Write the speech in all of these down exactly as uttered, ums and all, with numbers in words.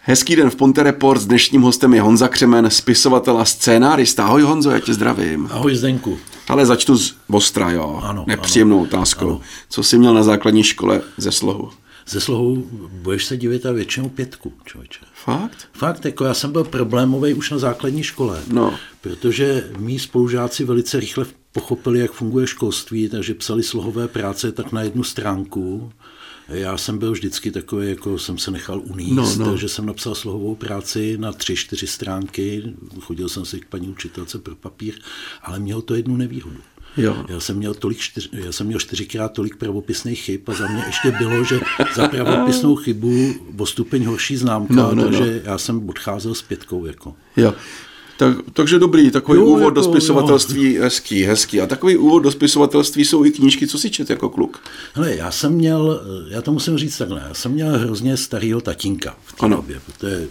Hezký den v Ponte Report, s dnešním hostem je Honza Křemen, spisovatel a scénárista. Ahoj Honzo, já tě zdravím. Ahoj Zdenku. Ale začnu z ostra, jo, ano, nepříjemnou ano, otázkou. Ano. Co jsi měl na základní škole ze slohu? Ze slohu budeš se divit a většinou pětku, člověče. Fakt? Fakt, jako já jsem byl problémový už na základní škole, no. Protože mý spolužáci velice rychle pochopili, jak funguje školství, takže psali slohové práce tak na jednu stránku. Já jsem byl vždycky takový, jako jsem se nechal uníst, no, no. takže jsem napsal slohovou práci na tři, čtyři stránky, chodil jsem si k paní učitelce pro papír, ale mělo to jednu nevýhodu. Jo. Já jsem měl tolik čtyř, já jsem měl čtyřikrát tolik pravopisných chyb a za mě ještě bylo, že za pravopisnou chybu o stupeň horší známka, no, no, takže no. já jsem odcházel s pětkou. Jako. Jo. Tak, takže dobrý, takový jo, úvod jako, do spisovatelství, jo. hezký, hezký. A takový úvod do spisovatelství jsou i knížky, co si čet jako kluk? Hele, já jsem měl, já to musím říct takhle, já jsem měl hrozně starýho tatínka v té době, protože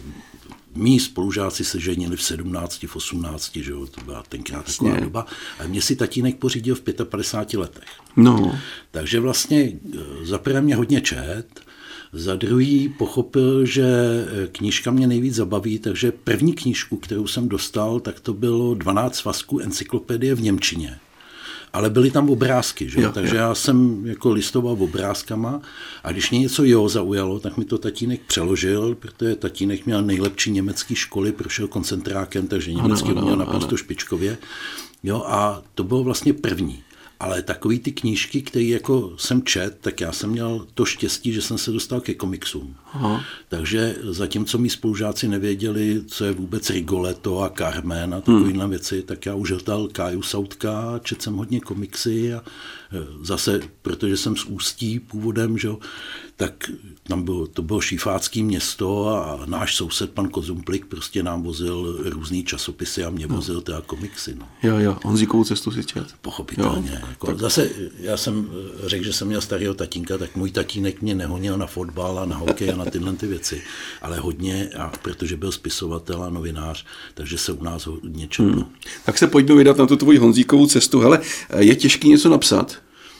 mí spolužáci se ženili v sedmnácti, v osmnácti, že jo, to byla tenkrát taková Jasně. doba. A mě si tatínek pořídil v padesáti pěti letech. No. Takže vlastně za prvé mě hodně čet, za druhý pochopil, že knížka mě nejvíc zabaví, takže první knížku, kterou jsem dostal, tak to bylo dvanáct svazků encyklopedie v němčině. Ale byly tam obrázky, že? Jo, takže jo. já jsem jako listoval obrázkama a když mě něco jo zaujalo, tak mi to tatínek přeložil, protože tatínek měl nejlepší německý školy, prošel koncentrákem, takže německy uměl naprosto špičkově. Jo, a to bylo vlastně první. Ale takový ty knížky, které jako jsem čet, tak já jsem měl to štěstí, že jsem se dostal ke komiksům. Aha. Takže zatímco mý spolužáci nevěděli, co je vůbec Rigoletto a Carmen a takovýhle hmm. věci, tak já už hltal Káju Sautka, čet jsem hodně komiksy a zase, protože jsem z Ústí původem, že, tak tam bylo, to bylo šífácký město a náš soused, pan Kozumplik, prostě nám vozil různý časopisy a mě no. vozil teda komiksy. No. Jo, jo, Honzíkovou cestu si čet. Pochopitelně. Jako, tak. Zase já jsem řekl, že jsem měl starého tatínka, tak můj tatínek mě nehonil na fotbal a na hokej a na tyhle ty věci, ale hodně, a protože byl spisovatel a novinář, takže se u nás hodně četlo. Hmm. Tak se pojďme vydat na tu tvoji Honzíkovou cestu. Hele, je těžký něco napsat?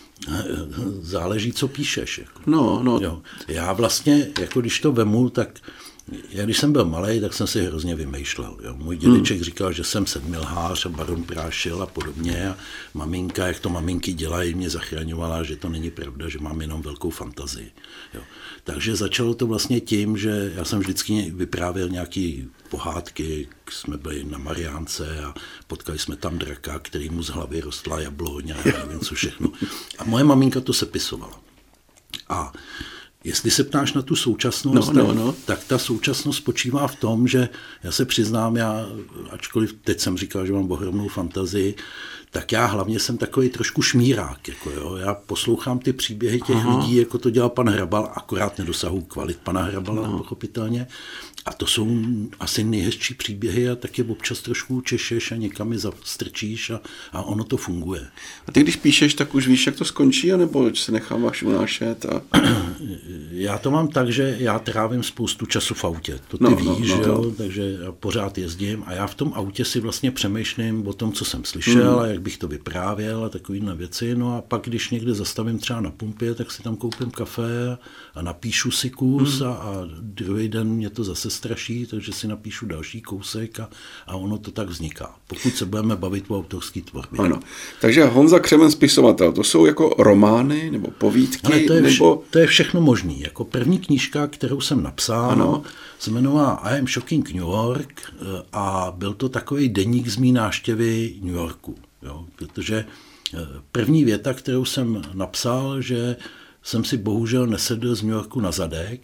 Záleží, co píšeš. Jako. No, no. Jo. Já vlastně, jako když to vemu, tak já když jsem byl malej, tak jsem si hrozně vymýšlel. Jo. Můj dědeček hmm. říkal, že jsem sedmilhář a baron Prášil a podobně a maminka, jak to maminky dělají, mě zachraňovala, že to není pravda, že mám jenom velkou fantazii. Jo. Takže začalo to vlastně tím, že já jsem vždycky vyprávěl nějaký pohádky, jsme byli na Mariánce a potkali jsme tam draka, který mu z hlavy rostla jabloň a nevím co všechno. A moje maminka to sepisovala. A jestli se ptáš na tu současnost, no, no, no. tak ta současnost spočívá v tom, že já se přiznám, já, ačkoliv teď jsem říkal, že mám ohromnou fantazii, tak já hlavně jsem takový trošku šmírák. Jako jo. Já poslouchám ty příběhy těch Aha. lidí, jako to dělal pan Hrabal, akorát nedosahuji kvalit pana Hrabala, no. pochopitelně. A to jsou asi nejhezčí příběhy a taky občas trošku češeš a někam je zastrčíš a, a ono to funguje. A ty když píšeš, tak už víš, jak to skončí, anebo se necháváš unášet? A... Já to mám tak, že já trávím spoustu času v autě. To ty no, víš, no, no, jo? Takže já pořád jezdím a já v tom autě si vlastně přemýšlím o tom, co jsem slyšel mm. a jak bych to vyprávěl a takovýhle věci. No a pak, když někde zastavím třeba na pumpě, tak si tam koupím kafe a napíšu si kus mm. a, a druhý den mě to zase straší, takže si napíšu další kousek a, a ono to tak vzniká. Pokud se budeme bavit o autorské tvorbě. Ano. Takže Honza Křemen, spisovatel, to jsou jako romány nebo povídky? Ale to je, nebo... vše, to je všechno možný. Jako první knížka, kterou jsem napsal, ano. se jmenovala I am Shocking New York a byl to takový deník z mý návštěvy New Yorku. Jo? Protože první věta, kterou jsem napsal, že jsem si bohužel nesedl z New Yorku na zadek,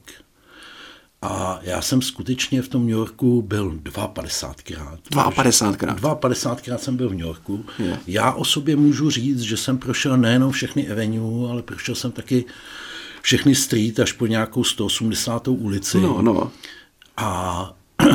a já jsem skutečně v tom New Yorku byl padesátkrát. padesátkrát? padesátkrát jsem byl v New Yorku. Je. Já o sobě můžu říct, že jsem prošel nejenom všechny avenue, ale prošel jsem taky všechny street až po nějakou sto osmdesátou ulici. No, no. A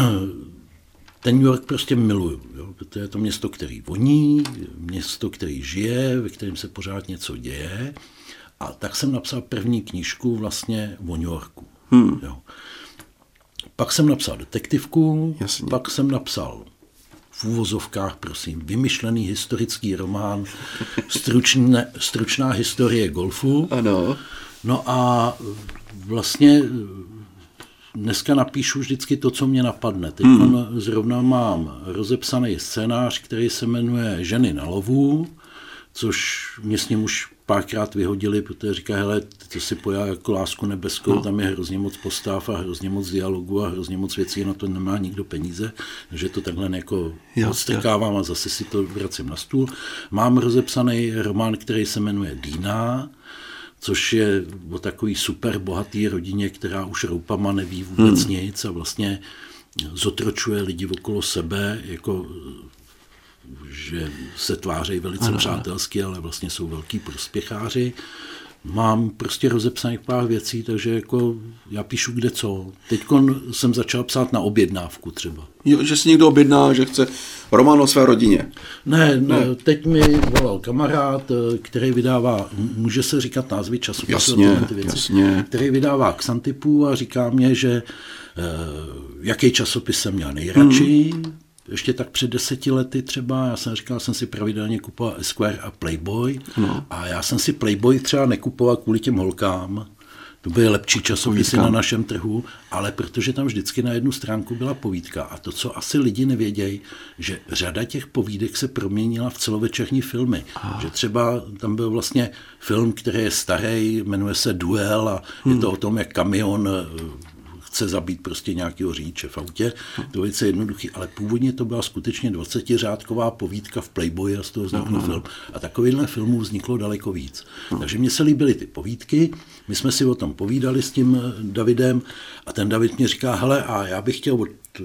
ten New York prostě miluju. Jo? To je to město, který voní, město, který žije, ve kterém se pořád něco děje. A tak jsem napsal první knížku vlastně o New Yorku. Hmm. Jo. Pak jsem napsal detektivku, Jasně. pak jsem napsal v úvozovkách, prosím, vymyšlený historický román, stručné, stručná historie golfu. Ano. No a vlastně dneska napíšu vždycky to, co mě napadne. Teď hmm. zrovna mám rozepsaný scénář, který se jmenuje Ženy na lovu, což mě s ním už párkrát vyhodili, protože říká, hele, ty si pojá jako Lásku nebeskou, no. Tam je hrozně moc postav a hrozně moc dialogu a hrozně moc věcí, na to nemá nikdo peníze, takže to takhle jako odstrkávám a zase si to vracím na stůl. Mám rozepsaný román, který se jmenuje Dýna, což je o takový super bohatý rodině, která už roupama neví vůbec hmm. nic a vlastně zotročuje lidi okolo sebe, jako že se tvářejí velice ano, přátelsky, ale vlastně jsou velký prospěcháři. Mám prostě rozepsaných pár věcí, takže jako já píšu kde co. Teď jsem začal psát na objednávku třeba. Jo, že si někdo objedná, že chce román o své rodině. Ne, ne, teď mi volal kamarád, který vydává, může se říkat názvy časopisů, jasně, ty věci, jasně. který vydává Xantipu a říká mě, že eh, jaký časopis jsem měl nejradši, hmm. Ještě tak před deseti lety třeba, já jsem říkal, jsem si pravidelně kupoval Esquire a Playboy no. A já jsem si Playboy třeba nekupoval kvůli těm holkám, to byly lepší časopisy na našem trhu, ale protože tam vždycky na jednu stránku byla povídka a to, co asi lidi nevědějí, že řada těch povídek se proměnila v celovečerní filmy, ah. že třeba tam byl vlastně film, který je starý, jmenuje se Duel a hmm. je to o tom, jak kamion chce zabít prostě nějakého řidiče v autě. To je velice jednoduchý, ale původně to byla skutečně dvacetiřádková povídka v Playboyi a z toho vznikl no, film. A takovýhle filmů vzniklo daleko víc. No. Takže mně se líbily ty povídky, my jsme si o tom povídali s tím Davidem a ten David mě říká, hele, a já bych chtěl od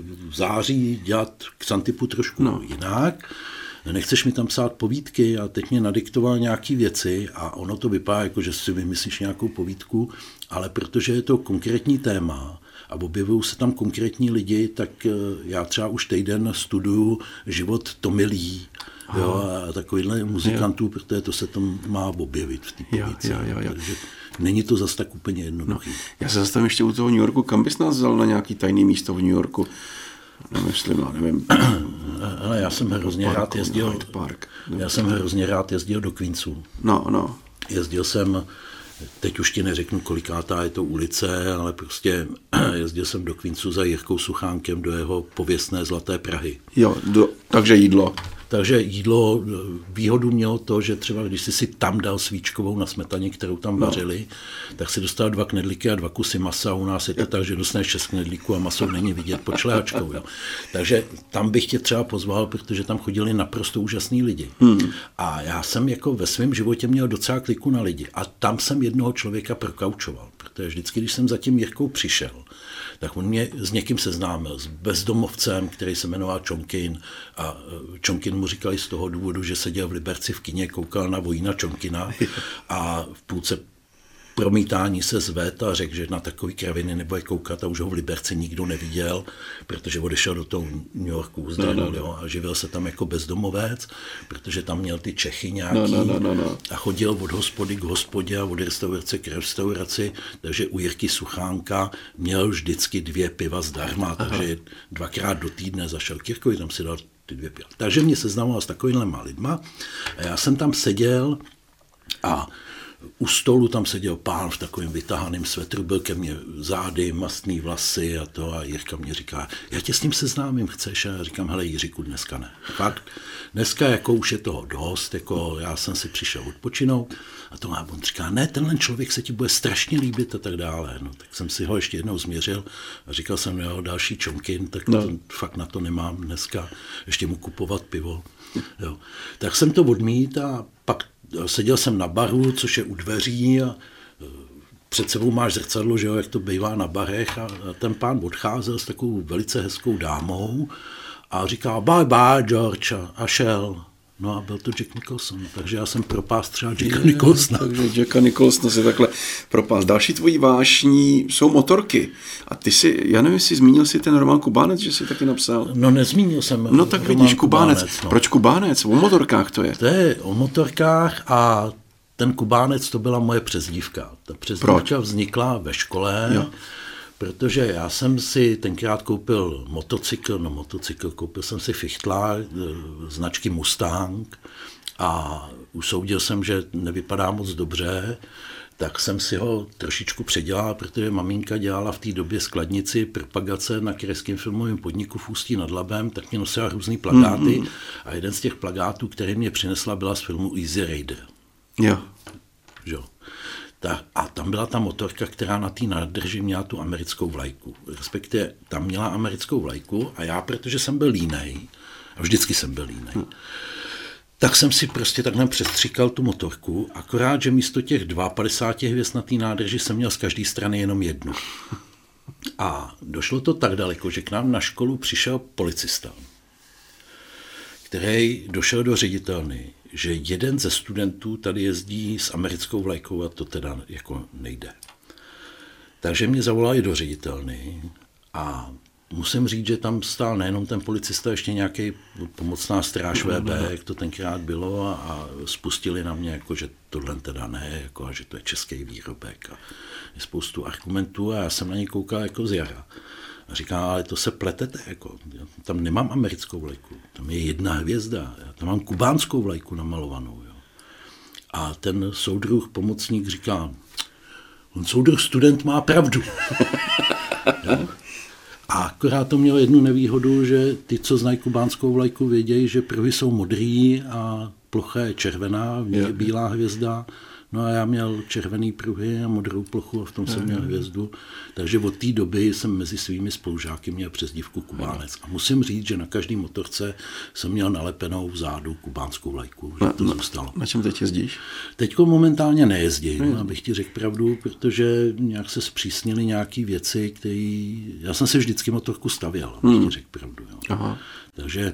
září dělat Xantipu trošku no. jinak, nechceš mi tam psát povídky a teď mě nadiktoval nějaký věci a ono to vypadá jako, že si vymyslíš nějakou povídku, ale protože je to konkrétní téma a objevují se tam konkrétní lidi, tak já třeba už týden studuju život Tommy Lee, jo, a takovýhle muzikantů, jo. Protože to se tam má objevit v té povídce. Jo, jo, jo, jo. Takže není to zas tak úplně jednoduchý. No, já se zastavím ještě u toho New Yorku, kam bys nás vzal na nějaký tajný místo v New Yorku? Nemyslím, já nevím. Ale já jsem hrozně parku, rád jezdil, Park, já jsem hrozně rád jezdil do Queensu. No, no. Jezdil jsem, teď už ti neřeknu, kolikátá je to ulice, ale prostě jezdil jsem do Queensu za Jirkou Suchánkem do jeho pověstné Zlaté Prahy. Jo, do, takže jídlo. Takže jídlo, výhodu mělo to, že třeba když jsi si tam dal svíčkovou na smetaně, kterou tam vařili, no. tak si dostal dva knedlíky a dva kusy masa. U nás je to tak, že dostaneš šest knedlíků a maso není vidět pod šlehačkou. Jo. Takže tam bych tě třeba pozval, protože tam chodili naprosto úžasní lidi. Hmm. A já jsem jako ve svém životě měl docela kliku na lidi. A tam jsem jednoho člověka prokaučoval, protože vždycky, když jsem za tím Jirkou přišel, tak on mě s někým seznámil, s bezdomovcem, který se jmenoval Čonkin. A Čonkin mu říkali z toho důvodu, že seděl v Liberci v kině, koukal na Vojína Čonkina a v půlce promítání se zved a řekl, že na takový kraviny nebude koukat a už ho v Liberci nikdo neviděl, protože odešel do toho New Yorku, uzdravil, no, no, no. a živil se tam jako bezdomovec, protože tam měl ty Čechy nějaký no, no, no, no, no. a chodil od hospody k hospodě a od restaurace k restauraci, takže u Jirky Suchánka měl vždycky dvě piva zdarma, Aha. takže dvakrát do týdne zašel k Jirkovi, tam si dal ty dvě piva. Takže mě seznamoval s takovýhlema lidma a já jsem tam seděl a u stolu tam seděl pán v takovém vytahaném svetru, byl ke mně zády, mastný vlasy a to a Jirka mě říká, já tě s ním seznámím, chceš? A já říkám, hele Jiříku, dneska ne. Fakt, dneska jako už je toho dost, jako já jsem si přišel odpočinout a to a on říká, ne, tenhle člověk se ti bude strašně líbit a tak dále. No, tak jsem si ho ještě jednou změřil a říkal jsem, jo, další Čonkin, tak no. to, fakt na to nemám dneska ještě mu kupovat pivo. Jo. Tak jsem to odmít a pak seděl jsem na baru, což je u dveří a před sebou máš zrcadlo, že jo, jak to bývá na barech a ten pán odcházel s takovou velice hezkou dámou a říká bye bye George a šel. No a byl to Jack Nicholson, takže já jsem propást třeba Jacka Nicholsona. Takže Jacka Nicholsona se takhle propást. Další tvojí vášní jsou motorky. A ty si, já nevím, jestli zmínil si ten román Kubánec, že jsi taky napsal? No nezmínil jsem No tak vidíš, Kubánec. Kubánec no. Proč Kubánec? O motorkách to je. To je o motorkách a ten Kubánec to byla moje přezdívka. Ta přezdívka Proč? vznikla ve škole, jo. Protože já jsem si tenkrát koupil motocykl, no motocykl, koupil jsem si Fichtla, značky Mustang a usoudil jsem, že nevypadá moc dobře, tak jsem si ho trošičku předělal, protože maminka dělala v té době skladnici propagace na krajském filmovém podniku v Ústí nad Labem, tak mě nosila různý plakáty mm-hmm. a jeden z těch plakátů, který mě přinesla, byla z filmu Easy Rider. Jo. Jo. Ta, a tam byla ta motorka, která na té nádrži měla tu americkou vlajku. Respektive tam měla americkou vlajku a já, protože jsem byl línej, a vždycky jsem byl línej, mm. tak jsem si prostě takhle přestříkal tu motorku, akorát, že místo těch padesát dva hvězd na té nádrži jsem měl z každé strany jenom jednu. A došlo to tak daleko, že k nám na školu přišel policista, který došel do ředitelny, že jeden ze studentů tady jezdí s americkou vlajkou a to teda jako nejde. Takže mě zavolali do ředitelny a musím říct, že tam stál nejenom ten policista, ještě nějaký pomocná stráž V B, jak to tenkrát bylo, a, a spustili na mě, jako, že tohle teda ne, jako, a že to je český výrobek. A je spoustu argumentů a já jsem na ně koukal jako z jara. A říkám, ale to se pletete, jako, tam nemám americkou vlajku, tam je jedna hvězda, já tam mám kubánskou vlajku namalovanou. Jo. A ten soudruh, pomocník říká, on soudruh student má pravdu. Jo. A akorát to mělo jednu nevýhodu, že ty, co znají kubánskou vlajku, vědějí, že pruhy jsou modrý a plocha je červená, v ní je bílá hvězda. No a já měl červený pruhy a modrou plochu a v tom jsem měl hvězdu. Takže od té doby jsem mezi svými spolužáky měl přezdívku Kubánec. A musím říct, že na každé motorce jsem měl nalepenou vzadu kubánskou vlajku, že to zůstalo. Na čem teď jezdíš? Teďko momentálně nejezdím, hmm. abych ti řekl pravdu, protože nějak se zpřísnily nějaké věci, které... Já jsem se vždycky motorku stavěl, abych hmm. ti řekl pravdu. Jo. Aha. Takže...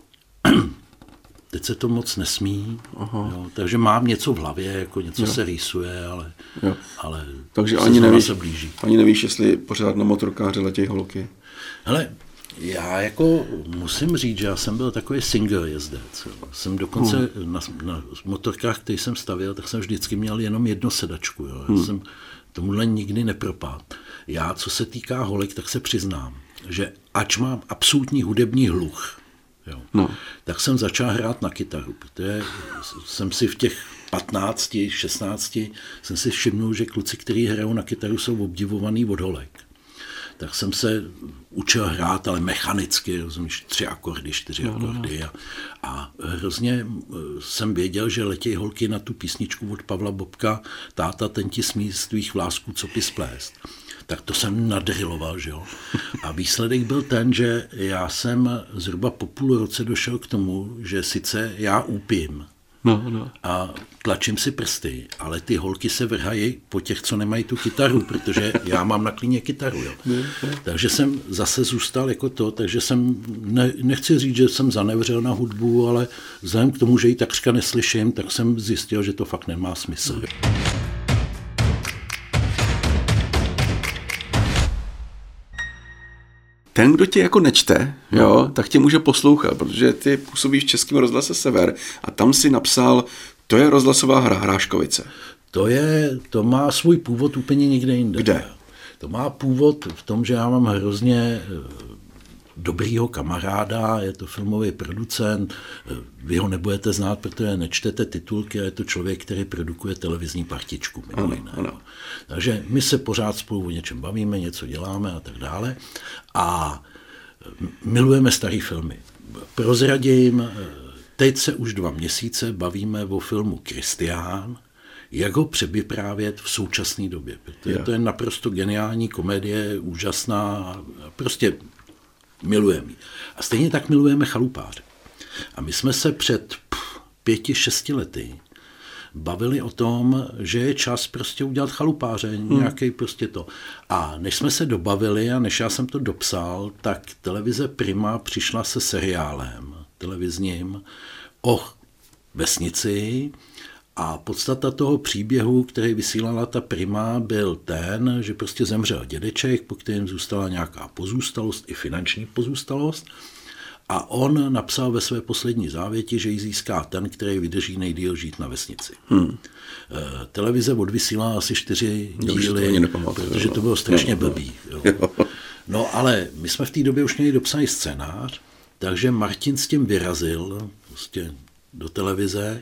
Teď se to moc nesmí, jo, takže mám něco v hlavě, jako něco jo. se rýsuje, ale, ale takže ani nevíš, se blíží. Ani nevíš, jestli pořád na motorkáři letějí holky. Hele, já jako musím říct, že já jsem byl takový single jezdec. Jo. Jsem dokonce hmm. na, na motorkách, který jsem stavěl, tak jsem vždycky měl jenom jednu sedačku. Jo. Já hmm. jsem tomuhle nikdy nepropadl. Já, co se týká holek, tak se přiznám, že ač mám absolutní hudební hluch, jo. No. Tak jsem začal hrát na kytaru, protože jsem si v těch patnácti, šestnácti jsem si všimnul, že kluci, kteří hrajou na kytaru, jsou obdivovaný od holek. Tak jsem se učil hrát, ale mechanicky, rozumíš, tři akordy, čtyři no, akordy. A, a hrozně jsem věděl, že letějí holky na tu písničku od Pavla Bobka, táta, ten ti smí z tvých vlásků copi splést. Tak to jsem nadriloval, že jo. A výsledek byl ten, že já jsem zhruba po půl roce došel k tomu, že sice já úpím no, no. a tlačím si prsty, ale ty holky se vrhají po těch, co nemají tu kytaru, protože já mám na klíně kytaru, jo. Takže jsem zase zůstal jako to, takže jsem, ne, nechci říct, že jsem zanevřel na hudbu, ale vzhledem k tomu, že ji takřka neslyším, tak jsem zjistil, že to fakt nemá smysl. Ten, kdo tě jako nečte, jo, tak tě může poslouchat, protože ty působíš v Českém rozhlase Sever a tam si napsal, to je rozhlasová hra Hráškovice. To je, to má svůj původ úplně někde jinde. Kde? To má původ v tom, že já mám hrozně dobrýho kamaráda, je to filmový producent, vy ho nebudete znát, protože nečtete titulky, je to člověk, který produkuje televizní partičku. Mimo jiné. Ano. Takže my se pořád spolu o něčem bavíme, něco děláme a tak dále a milujeme staré filmy. Prozradím, teď se už dva měsíce bavíme o filmu Kristián, jak ho převyprávět v současné době. Protože to je naprosto geniální komedie, úžasná, prostě milujeme. A stejně tak milujeme Chalupáře. A my jsme se před pěti, šesti lety bavili o tom, že je čas prostě udělat Chalupáře, hmm. nějaký prostě to. A než jsme se dobavili a než já jsem to dopsal, tak televize Prima přišla se seriálem televizním o vesnici a podstata toho příběhu, který vysílala ta Prima, byl ten, že prostě zemřel dědeček, po kterém zůstala nějaká pozůstalost, i finanční pozůstalost. A on napsal ve své poslední závěti, že ji získá ten, který vydrží nejdýl žít na vesnici. Hmm. Televize odvysílala asi čtyři díly, to protože to bylo strašně blbý. Jo. No ale my jsme v té době už měli dopsaný scénář, takže Martin s tím vyrazil prostě do televize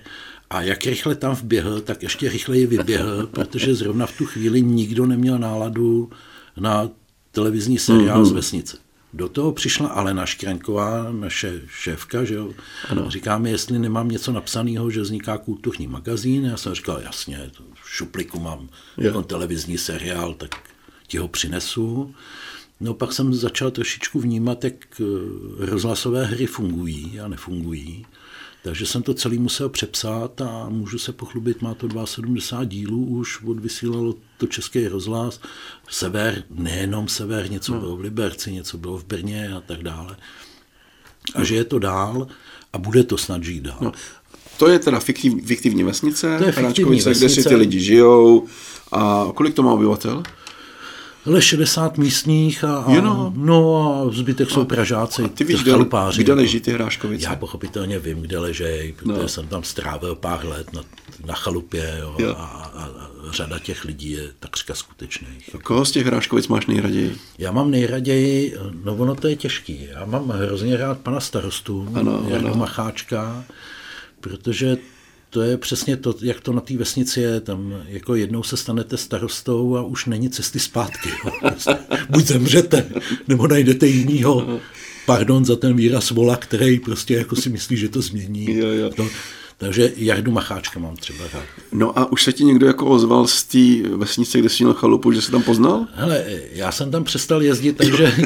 A jak rychle tam vběhl, tak ještě rychleji vyběhl, protože zrovna v tu chvíli nikdo neměl náladu na televizní seriál mm-hmm. z vesnice. Do toho přišla Alena Škraňková, naše šéfka, že jo. Ano. Říká mi, jestli nemám něco napsaného, že vzniká kulturní magazín. Já jsem říkal, jasně, v šuplíku mám ten televizní seriál, tak ti ho přinesu. No pak jsem začal trošičku vnímat, jak rozhlasové hry fungují a nefungují. Takže jsem to celý musel přepsat a můžu se pochlubit, má to sedmdesát dva dílů, už odvysílalo to Český rozhlas, Sever, nejenom Sever, něco no. bylo v Liberci, něco bylo v Brně a tak dále. A no. že je to dál a bude to snad žít dál. No. To je teda fiktiv, fiktivní vesnice, to je fiktivní vesnice, kde si ty lidi žijou a kolik to má obyvatel? Ale šedesát místních a, a, no a zbytek jsou Pražáci, a ty víš, kde, kde leží ty Hráškovice? Já pochopitelně vím, kde ležejí, protože no. jsem tam strávil pár let na, na chalupě jo, jo. A, a, a řada těch lidí je takřka skutečných. Koho z těch Hráškovic máš nejraději? Já mám nejraději, no ono to je těžký, já mám hrozně rád pana starostu, Jardu Macháčka, protože to je přesně to, jak to na té vesnici je. Tam jako jednou se stanete starostou a už není cesty zpátky. Buď zemřete, nebo najdete jinýho, pardon za ten výraz, vola, který prostě jako si myslí, že to změní. Jo, jo. To, takže Jardu Macháčka mám třeba rád. No a už se ti někdo jako ozval z té vesnice, kde jsi měl chalupu, že jsi tam poznal? Hele, já jsem tam přestal jezdit, takže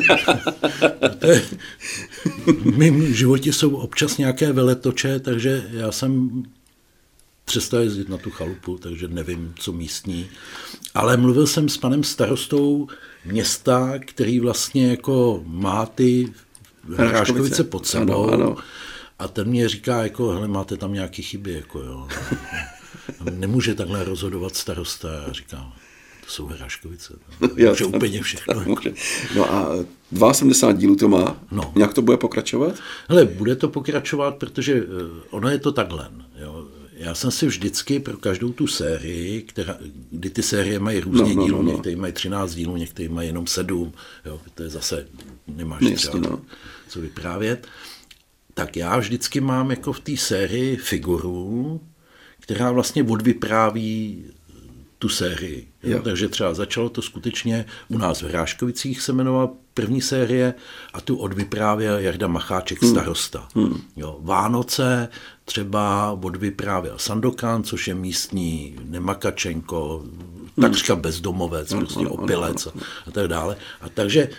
v mém životě jsou občas nějaké veletoče, takže já jsem přestal jezdit na tu chalupu, takže nevím, co místní. Ale mluvil jsem s panem starostou města, který vlastně jako má ty Hráškovice pod sebou. Ano, ano. A ten mě říká, jako, hele, máte tam nějaké chyby, jako jo. Nemůže takhle rozhodovat starosta. Já říkám, to jsou Hráškovice. Může úplně všechno. No a sedmdesát dva dílů to má? No. Nějak to bude pokračovat? Hele, bude to pokračovat, protože ono je to takhle, jo. Já jsem si vždycky pro každou tu sérii, která, kdy ty série mají různě no, no, dílů, no, no. některý mají třináct dílů, některý mají jenom sedm, jo, to je zase, nemáš Jasně, třeba no. co vyprávět, tak já vždycky mám jako v té sérii figuru, která vlastně odvypráví tu sérii. Jo. Jo. Takže třeba začalo to skutečně u nás v Hráškovicích se jmenovala první série a tu odvyprávěl Jarda Macháček, starosta. Hmm. Jo. Vánoce třeba odvyprávěl Sandokan, což je místní Nemakačenko, takřka bezdomovec, hmm. prostě opilec a, a tak dále. A takže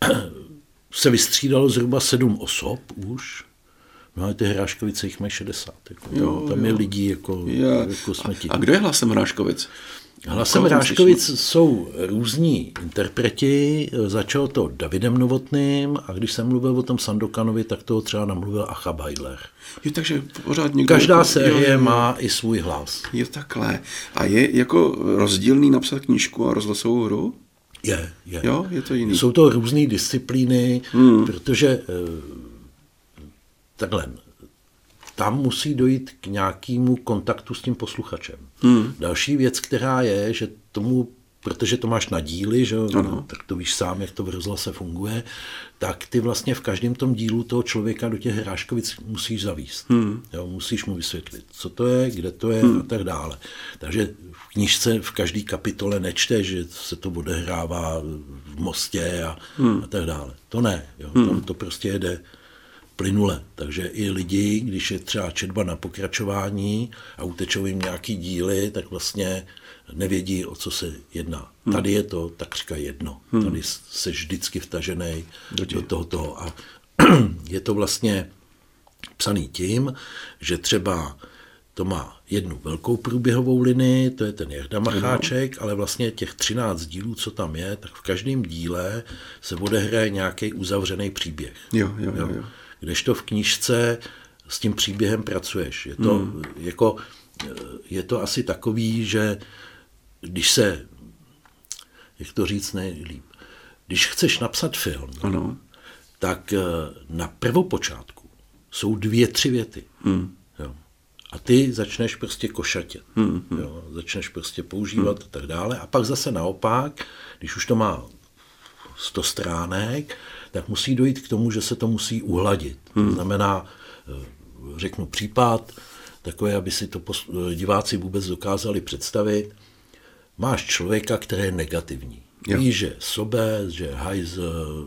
se vystřídalo zhruba sedm osob už. No a ty Hráškovice jich mají šedesát. Jako, jo, tam jo. je lidí jako, jako smeti. A, a kdo je hlasem Hráškovic? Hlasem Hráškovic jsou různí interpreti. Začalo to Davidem Novotným a když jsem mluvil o tom Sandokanovi, tak toho třeba namluvil Acha Bajler. Jo, takže pořád někdo... Každá jako, série jo, jo. má i svůj hlas. Je takhle. A je jako rozdílný napsat knížku a rozhlasovou hru? Je, je. Jo, je to jiný. Jsou to různé disciplíny, hmm. protože takhle, tam musí dojít k nějakému kontaktu s tím posluchačem. Hmm. Další věc, která je, že tomu, protože to máš na díly, že, no, tak to víš sám, jak to v rozhlase funguje, tak ty vlastně v každém tom dílu toho člověka do těch Hráškovic musíš zavíst. Hmm. Jo, musíš mu vysvětlit, co to je, kde to je hmm. a tak dále. Takže v knížce v každé kapitole nečte, že se to odehrává v Mostě a, hmm. a tak dále. To ne. Jo, hmm. Tam to prostě jede plynule. Takže i lidi, když je třeba četba na pokračování a utečou jim nějaký díly, tak vlastně nevědí, o co se jedná. Hmm. Tady je to takřka jedno. Hmm. Tady se vždycky vtažený do, do toho, toho. A je to vlastně psaný tím, že třeba to má jednu velkou průběhovou linii, to je ten Jarda Macháček, ale vlastně těch třináct dílů, co tam je, tak v každém díle se odehraje nějaký uzavřený příběh. Jo, jo, jo. jo. Kdežto v knížce s tím příběhem pracuješ. Je to, hmm. jako, je to asi takový, že když se, jak to říct nejlíp, když chceš napsat film, ano. tak na prvopočátku jsou dvě, tři věty. Hmm. Jo. A ty začneš prostě košatět. Hmm. Jo. Začneš prostě používat hmm. a tak dále. A pak zase naopak, když už to má sto stránek, tak musí dojít k tomu, že se to musí uhladit. Hmm. To znamená, řeknu případ, takové, aby si to diváci vůbec dokázali představit. Máš člověka, který je negativní. Jo. Víš, že je sobec, že je hajzl,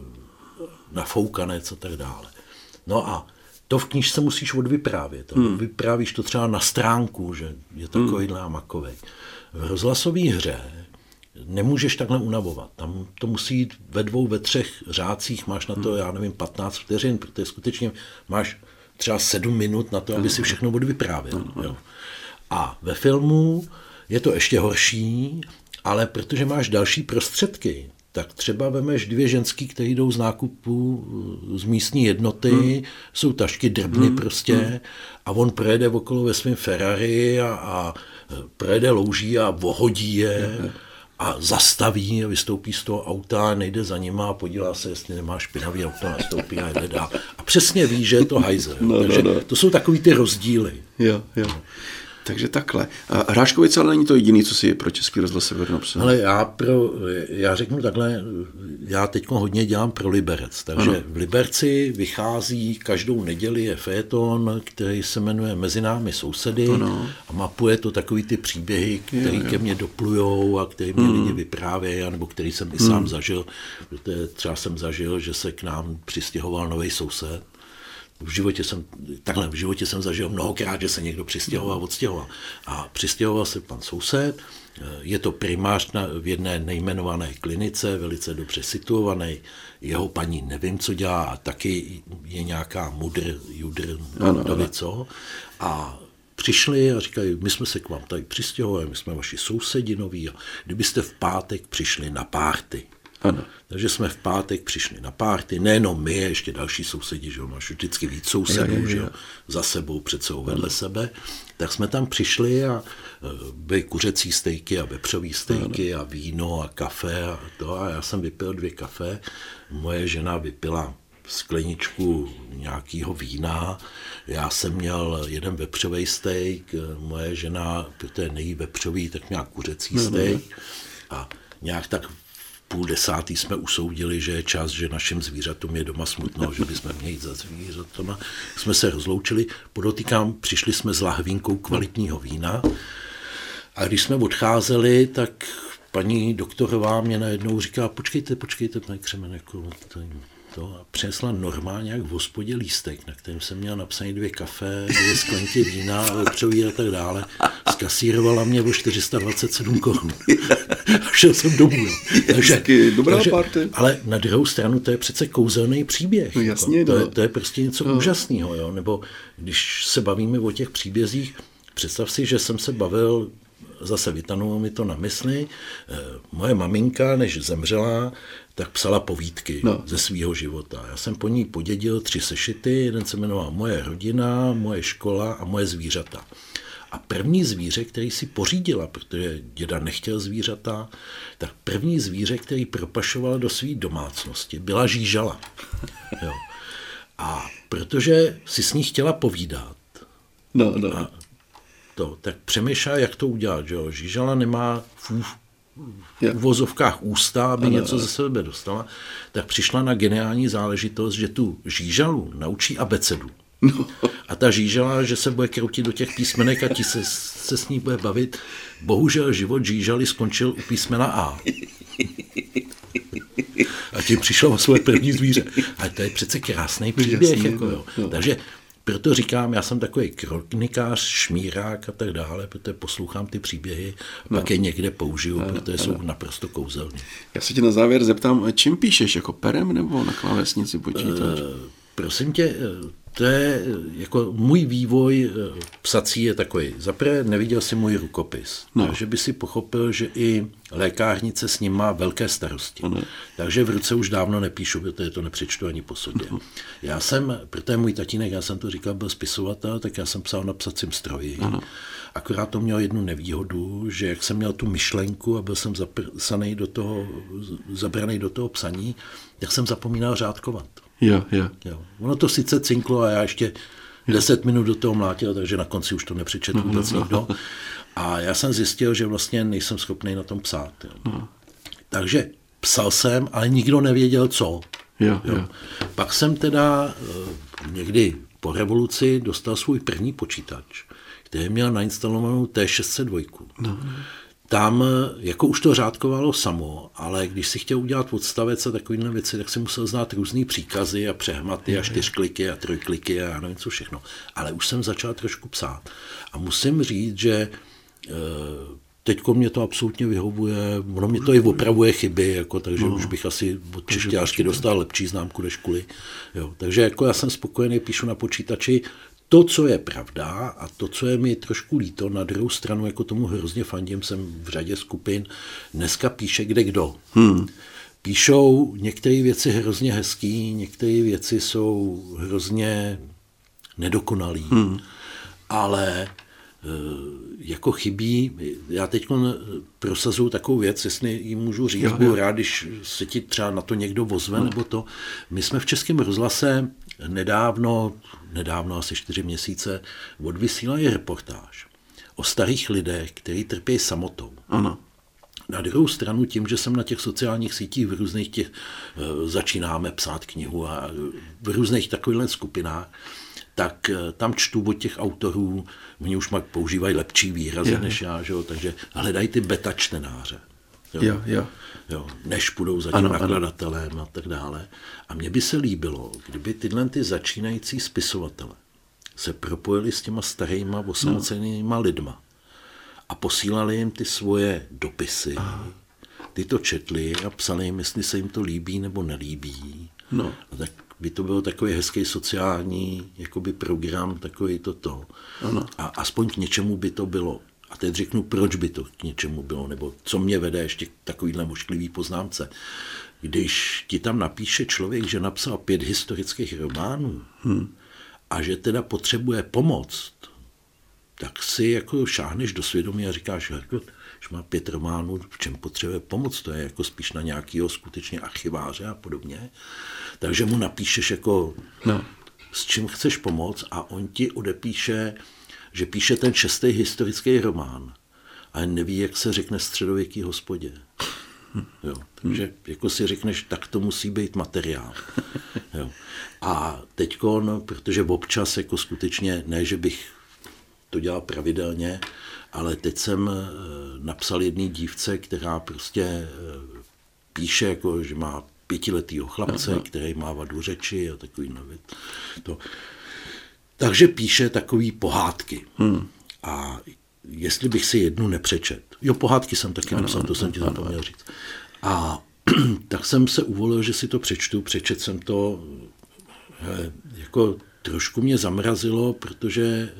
nafoukanec a tak dále. No a to v knížce musíš odvyprávět. Hmm. Vyprávíš to třeba na stránku, že je takovýhle a makovej. V rozhlasové hře nemůžeš takhle unavovat. Tam to musí jít ve dvou, ve třech řádcích, máš na to, já nevím, patnáct vteřin, protože skutečně máš třeba sedm minut na to, aby si všechno odvyprávěl. Jo. A ve filmu je to ještě horší, ale protože máš další prostředky, tak třeba vemeš dvě ženský, které jdou z nákupu z místní jednoty, hmm. jsou tašky drbny hmm. prostě hmm. a on projede okolo ve svém Ferrari a, a projede louží a vohodí je hmm. a zastaví a vystoupí z toho auta, nejde za nima a podívá se, jestli nemá špinavý auto, nastoupí a jde dál. A přesně ví, že je to hajzel. No, Takže no, no. to jsou takový ty rozdíly. Jo, jo. Takže takhle. A Hráškovice ale není to jediný, co si pro Český rozhlas Sever napsal. Ale já, pro, já řeknu takhle, já teď hodně dělám pro Liberec, takže ano. v Liberci vychází každou neděli je fejeton, který se jmenuje Mezi námi sousedy ano. a mapuje to takový ty příběhy, které ke mně doplujou a které mě hmm. lidi vyprávějí, nebo který jsem i sám hmm. zažil. Protože třeba jsem zažil, že se k nám přistěhoval nový soused. V životě jsem, takhle, v životě jsem zažil mnohokrát, že se někdo přistěhoval, odstěhoval. A přistěhoval se pan soused, je to primář na, v jedné nejmenované klinice, velice dobře situovaný, jeho paní nevím, co dělá, a taky je nějaká mudr, judr, doby co. A přišli a říkají, my jsme se k vám tady přistěhovali, my jsme vaši sousedi noví a kdybyste v pátek přišli na párty. Ano. Takže jsme v pátek přišli na párty, nejenom my, ještě další sousedi, že jo, máš vždycky víc sousedů, že jo, za sebou, před sebou, vedle sebe, tak jsme tam přišli a byly kuřecí stejky a vepřový stejky a víno a kafe a to a já jsem vypil dvě kafe, moje žena vypila skleničku nějakého vína, já jsem měl jeden vepřový steak, moje žena, protože nejí vepřový, tak měla kuřecí steak a nějak tak půl desátý jsme usoudili, že je čas, že našim zvířatům je doma smutno, že bychom měli jít za zvířatama. Jsme se rozloučili, podotýkám, přišli jsme s lahvínkou kvalitního vína a když jsme odcházeli, tak paní doktorová mě najednou říká, počkejte, počkejte, pane Křemeneko, to a přinesla normálně jak v hospodě lístek, na kterém jsem měl napsané dvě kafe, dvě sklenky vína, vepřový a tak dále. Skasírovala mě o čtyři sta dvacet sedm korun. A šel jsem domů. Takže, dobrá takže, party. Ale na druhou stranu to je přece kouzelný příběh. No, jasně, jako. to, no. je, to je prostě něco no. úžasného. Jo? Nebo když se bavíme o těch příbězích, představ si, že jsem se bavil, zase vytanulo mi to na mysli, moje maminka, než zemřela, tak psala povídky no. ze svého života. Já jsem po ní podědil tři sešity, jeden se jmenoval Moje rodina, Moje škola a Moje zvířata. A první zvíře, který si pořídila, protože děda nechtěl zvířata, tak první zvíře, který propašoval do své domácnosti, byla žížala. Jo. A protože si s ní chtěla povídat, no, no. A to, tak přemýšlela, jak to udělat. Že jo? Žížala nemá v v uvozovkách ústa, aby ano, něco ze sebe dostala, tak přišla na geniální záležitost, že tu žížalu naučí abecedu. No. A ta žížala, že se bude kroutit do těch písmenek a ti se, se s ní bude bavit. Bohužel život žížaly skončil u písmena A. A tím přišlo o svoje první zvíře. A to je přece krásný příběh. Jasně, jako, jo. No. Takže proto říkám, já jsem takový kronikář, šmírák a tak dále, protože poslouchám ty příběhy a no. pak je někde použiju, no, protože no. jsou naprosto kouzelní. Já se tě na závěr zeptám, čím píšeš, jako perem nebo na klávesnici počítač? Uh, prosím tě, to je jako můj vývoj psací je takový. Zaprvé neviděl si můj rukopis, no. takže by si pochopil, že i lékárnice s ním má velké starosti. No. Takže v ruce už dávno nepíšu, protože to nepřečtu ani po sobě. No. Já jsem, protože můj tatínek, já jsem to říkal, byl spisovatel, tak já jsem psal na psacím stroji. No. Akorát to mělo jednu nevýhodu, že jak jsem měl tu myšlenku a byl jsem zapsaný do toho, zabraný do toho psaní, tak jsem zapomínal řádkovat. Jo, jo. Jo. Ono to sice cinklo a já ještě deset minut do toho mlátil, takže na konci už to nepřečetl no, vůbec no, nikdo. No. A já jsem zjistil, že vlastně nejsem schopný na tom psát. Jo. No. Takže psal jsem, ale nikdo nevěděl co. Jo, jo. Jo. Pak jsem teda někdy po revoluci dostal svůj první počítač, který měl nainstalovanou T šest set dva. No. Tam jako už to řádkovalo samo, ale když si chtěl udělat odstavec a takovýhle věci, tak si musel znát různý příkazy a přehmaty a čtyřkliky a trojkliky a já nevím co všechno. Ale už jsem začal trošku psát. A musím říct, že teďko mě to absolutně vyhovuje, ono mě to i opravuje chyby, jako, takže no, už bych asi od češťářky dostal lepší známku do školy. Jo, takže jako já jsem spokojený, píšu na počítači to, co je pravda a to, co je mi trošku líto, na druhou stranu, jako tomu hrozně fandím, jsem v řadě skupin, dneska píše kde kdo. Hmm. Píšou některé věci hrozně hezký, některé věci jsou hrozně nedokonalý, hmm. ale jako chybí, já teď prosazuju takovou věc, jestli ji můžu říct, jo, budu rád, když se ti třeba na to někdo ozve, no. nebo to. My jsme v Českém rozhlase nedávno, nedávno asi čtyři měsíce, odvysílali reportáž o starých lidech, kteří trpí samotou. Ano. Na druhou stranu tím, že jsem na těch sociálních sítích v různých těch, začínáme psát knihu a v různých takových skupinách, tak tam čtu od těch autorů, oni už používají lepší výrazy jo. než já, že jo? Takže hledají ty beta čtenáře, jo? Jo, jo. Jo, než půjdou za tím ano, nakladatelem ano. a tak dále. A mně by se líbilo, kdyby tyhle ty začínající spisovatelé se propojili s těma starýma osamocenýma no. lidma a posílali jim ty svoje dopisy, Aha. ty to četli a psali jim, jestli se jim to líbí nebo nelíbí. No. A tak by to byl takový hezký sociální jakoby program, takový toto. Ano. A aspoň k něčemu by to bylo. A teď řeknu, proč by to k něčemu bylo, nebo co mě vede ještě k takovýhle mošklivý poznámce. Když ti tam napíše člověk, že napsal pět historických románů hmm. a že teda potřebuje pomoc, tak si jako šáhneš do svědomí a říkáš, že má pět románů, v čem potřebuje pomoc, to je jako spíš na nějakého skutečně archiváře a podobně. Takže mu napíšeš jako, no. s čím chceš pomoct a on ti odepíše, že píše ten šestý historický román, ale neví, jak se řekne středověký hospodě. Jo, takže jako si řekneš, tak to musí být materiál. Jo. A teďko, no, protože občas jako skutečně, ne, že bych to dělal pravidelně, ale teď jsem napsal jedné dívce, která prostě píše, jako, že má pětiletýho chlapce, no, no. který má vadu řeči a takový novit. To. Takže píše takový pohádky. Hmm. A jestli bych si jednu nepřečet. Jo, pohádky jsem taky napsal, to jsem ti zapomněl říct. A tak jsem se uvolil, že si to přečtu. Přečet jsem to, he, jako trošku mě zamrazilo, protože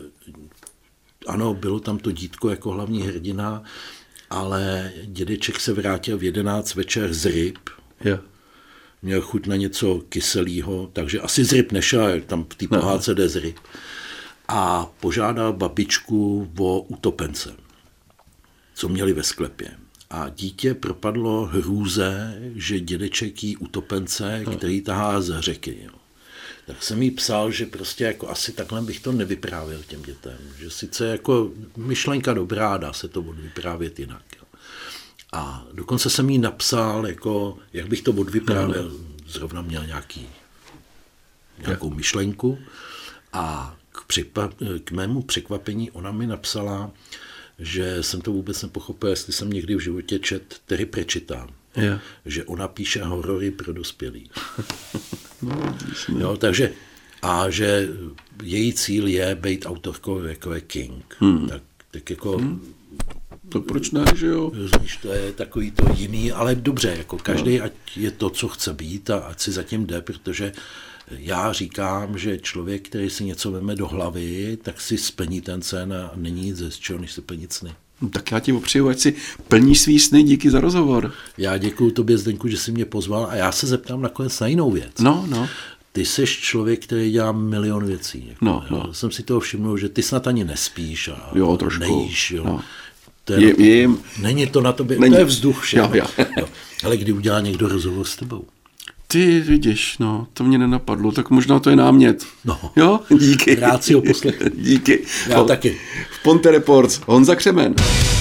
ano, bylo tam to dítko jako hlavní hrdina, ale dědeček se vrátil v jedenáct večer z ryb. Yeah. Měl chuť na něco kyselého, takže asi z ryb nešel, tam v té pohádce jde z ryb. A požádal babičku o utopence, co měli ve sklepě. A dítě propadlo hrůze, že dědeček jí utopence, který tahá z řeky. Jo. Tak jsem jí psal, že prostě jako asi takhle bych to nevyprávěl těm dětem. Že sice jako myšlenka dobrá, dá se to odvyprávět jinak. Jo. A dokonce jsem jí napsal, jako, jak bych to odvyprávěl. Zrovna měl nějaký, nějakou myšlenku. A k, překva, k mému překvapení ona mi napsala, že jsem to vůbec nepochopil, jestli jsem někdy v životě čet Terry Pratchetta. Yeah. Že ona píše horory pro dospělý. No, jo, takže, a že její cíl je být autorkou jako je King. Hmm. Tak, tak jako... Hmm. To proč ne, že jo? Zvíš, to je takový to jiný, ale dobře, jako každý, ať je to, co chce být a ať si zatím jde, protože já říkám, že člověk, který si něco veme do hlavy, tak si splní ten sen a není nic z čeho, než se plnit sny. No, tak já ti opřeju, ať si plníš svý sny, díky za rozhovor. Já děkuju tobě, Zdeňku, že jsi mě pozval a já se zeptám nakonec na jinou věc. No, no. Ty jsi člověk, který dělá milion věcí. Jako, no, no. Jsem si toho všiml, že ty snad ani nespíš a jo, trošku. nejíš. Jo. No. To je je, je, není to na tobě, není. To je vzduch všechno. Jo, jo. Jo. Ale kdy udělá někdo rozhovor s tebou? Ty vidíš, no, to mě nenapadlo, tak možná to je námět. No. Jo, díky. Rád si ho poslechnu. Díky. Já o, taky. V Ponte Reports, Honza Křemen.